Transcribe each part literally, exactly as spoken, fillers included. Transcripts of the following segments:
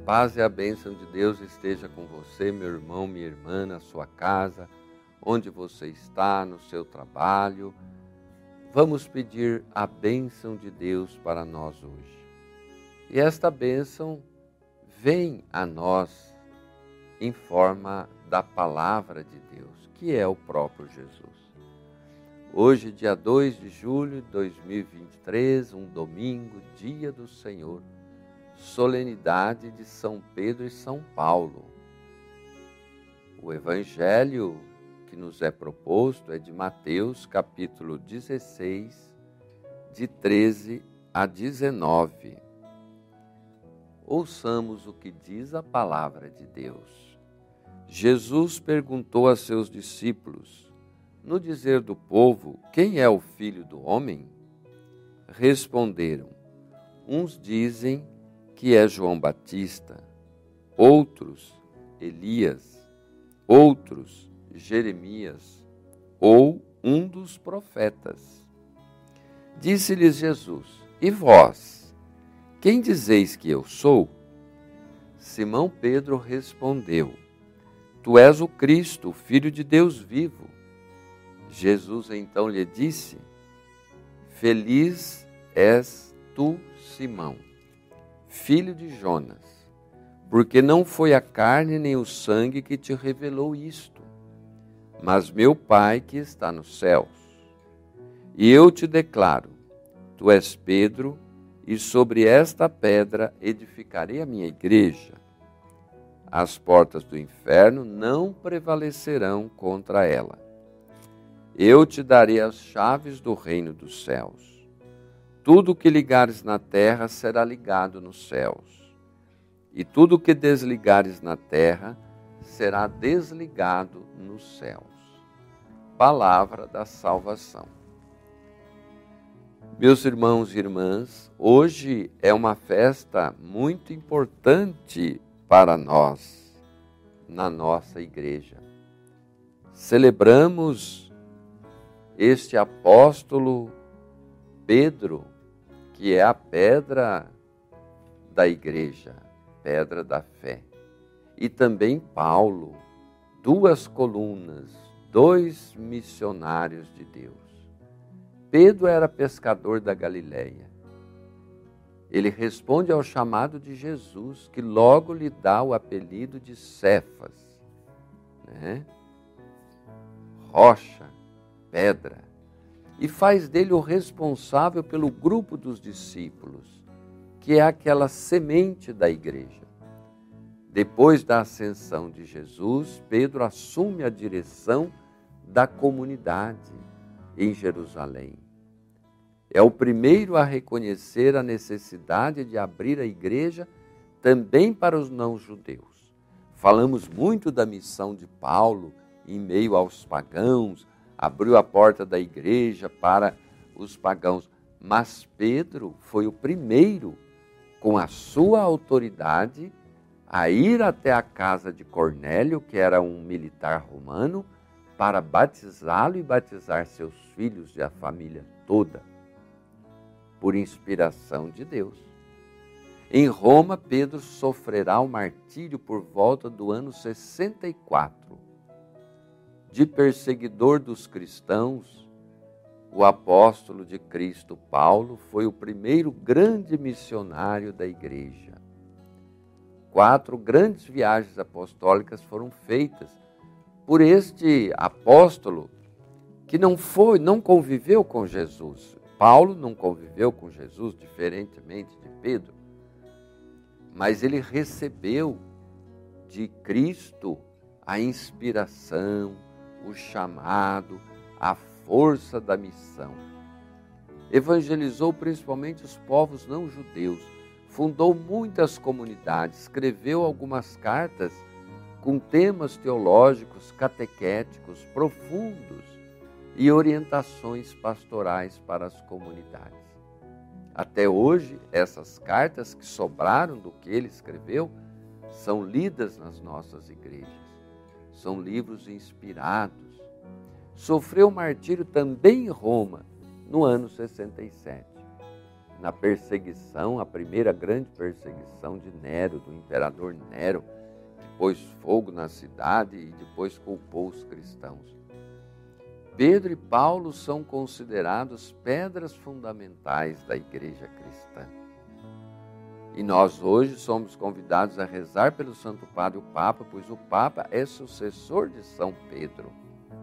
paz e a bênção de Deus esteja com você, meu irmão, minha irmã, na sua casa, onde você está, no seu trabalho. Vamos pedir a bênção de Deus para nós hoje. E esta bênção vem a nós em forma da palavra de Deus, que é o próprio Jesus. Hoje, dia dois de julho de dois mil e vinte e três, um domingo, dia do Senhor, solenidade de São Pedro e São Paulo. O evangelho que nos é proposto é de Mateus, capítulo dezesseis, de treze a dezenove. Ouçamos o que diz a palavra de Deus. Jesus perguntou a seus discípulos: no dizer do povo, quem é o Filho do Homem? Responderam: uns dizem que é João Batista, outros Elias, outros Jeremias ou um dos profetas. Disse-lhes Jesus: e vós, quem dizeis que eu sou? Simão Pedro respondeu: tu és o Cristo, o Filho de Deus vivo. Jesus então lhe disse: feliz és tu, Simão, filho de Jonas, porque não foi a carne nem o sangue que te revelou isto, mas meu Pai que está nos céus. E eu te declaro, tu és Pedro, e sobre esta pedra edificarei a minha igreja. As portas do inferno não prevalecerão contra ela. Eu te darei as chaves do reino dos céus. Tudo o que ligares na terra será ligado nos céus, e tudo o que desligares na terra será desligado nos céus. Palavra da salvação. Meus irmãos e irmãs, hoje é uma festa muito importante para nós, na nossa igreja. Celebramos este apóstolo Pedro, que é a pedra da igreja, pedra da fé. E também Paulo, duas colunas, dois missionários de Deus. Pedro era pescador da Galileia. Ele responde ao chamado de Jesus, que logo lhe dá o apelido de Cefas, né? Rocha, pedra. E faz dele o responsável pelo grupo dos discípulos, que é aquela semente da igreja. Depois da ascensão de Jesus, Pedro assume a direção da comunidade em Jerusalém. É o primeiro a reconhecer a necessidade de abrir a igreja também para os não-judeus. Falamos muito da missão de Paulo em meio aos pagãos, abriu a porta da igreja para os pagãos. Mas Pedro foi o primeiro, com a sua autoridade, a ir até a casa de Cornélio, que era um militar romano, para batizá-lo e batizar seus filhos e a família toda, por inspiração de Deus. Em Roma, Pedro sofrerá o martírio por volta do ano sessenta e quatro. De perseguidor dos cristãos, o apóstolo de Cristo Paulo foi o primeiro grande missionário da igreja. Quatro grandes viagens apostólicas foram feitas por este apóstolo que não foi, não conviveu com Jesus. Paulo não conviveu com Jesus, diferentemente de Pedro, mas ele recebeu de Cristo a inspiração, o chamado, a força da missão. Evangelizou principalmente os povos não-judeus, fundou muitas comunidades, escreveu algumas cartas com temas teológicos, catequéticos, profundos e orientações pastorais para as comunidades. Até hoje, essas cartas que sobraram do que ele escreveu são lidas nas nossas igrejas. São livros inspirados. Sofreu martírio também em Roma, no ano sessenta e sete. na perseguição, a primeira grande perseguição de Nero, do imperador Nero, que pôs fogo na cidade e depois culpou os cristãos. Pedro e Paulo são considerados pedras fundamentais da igreja cristã. E nós hoje somos convidados a rezar pelo Santo Padre o Papa, pois o Papa é sucessor de São Pedro.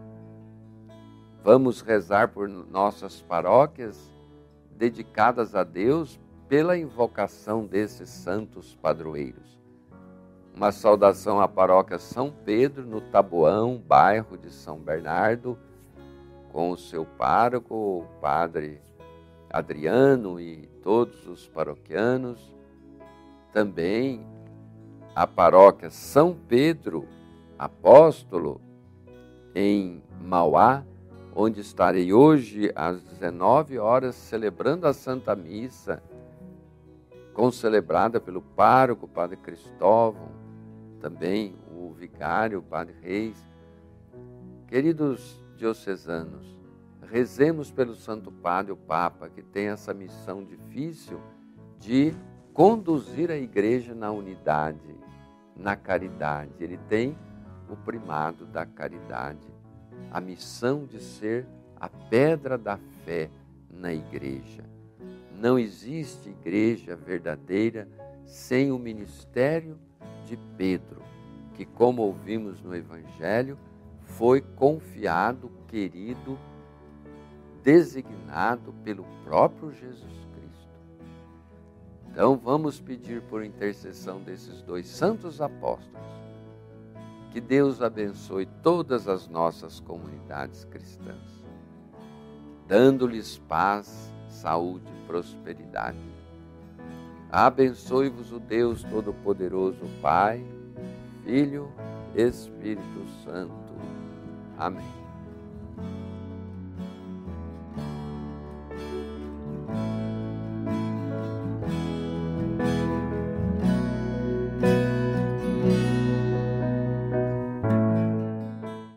Vamos rezar por nossas paróquias dedicadas a Deus pela invocação desses santos padroeiros. Uma saudação à paróquia São Pedro, no Taboão, bairro de São Bernardo, com o seu pároco, o padre Adriano e todos os paroquianos. Também a paróquia São Pedro Apóstolo, em Mauá, onde estarei hoje às dezenove horas celebrando a Santa Missa, concelebrada pelo pároco, Padre Cristóvão, também o vigário, Padre Reis. Queridos diocesanos, rezemos pelo Santo Padre, o Papa, que tem essa missão difícil de conduzir a igreja na unidade, na caridade. Ele tem o primado da caridade, a missão de ser a pedra da fé na igreja. Não existe igreja verdadeira sem o ministério de Pedro, que, como ouvimos no Evangelho, foi confiado, querido, designado pelo próprio Jesus Cristo. Então vamos pedir por intercessão desses dois santos apóstolos, que Deus abençoe todas as nossas comunidades cristãs, dando-lhes paz, saúde e prosperidade. Abençoe-vos o Deus Todo-Poderoso, Pai, Filho, Espírito Santo. Amém.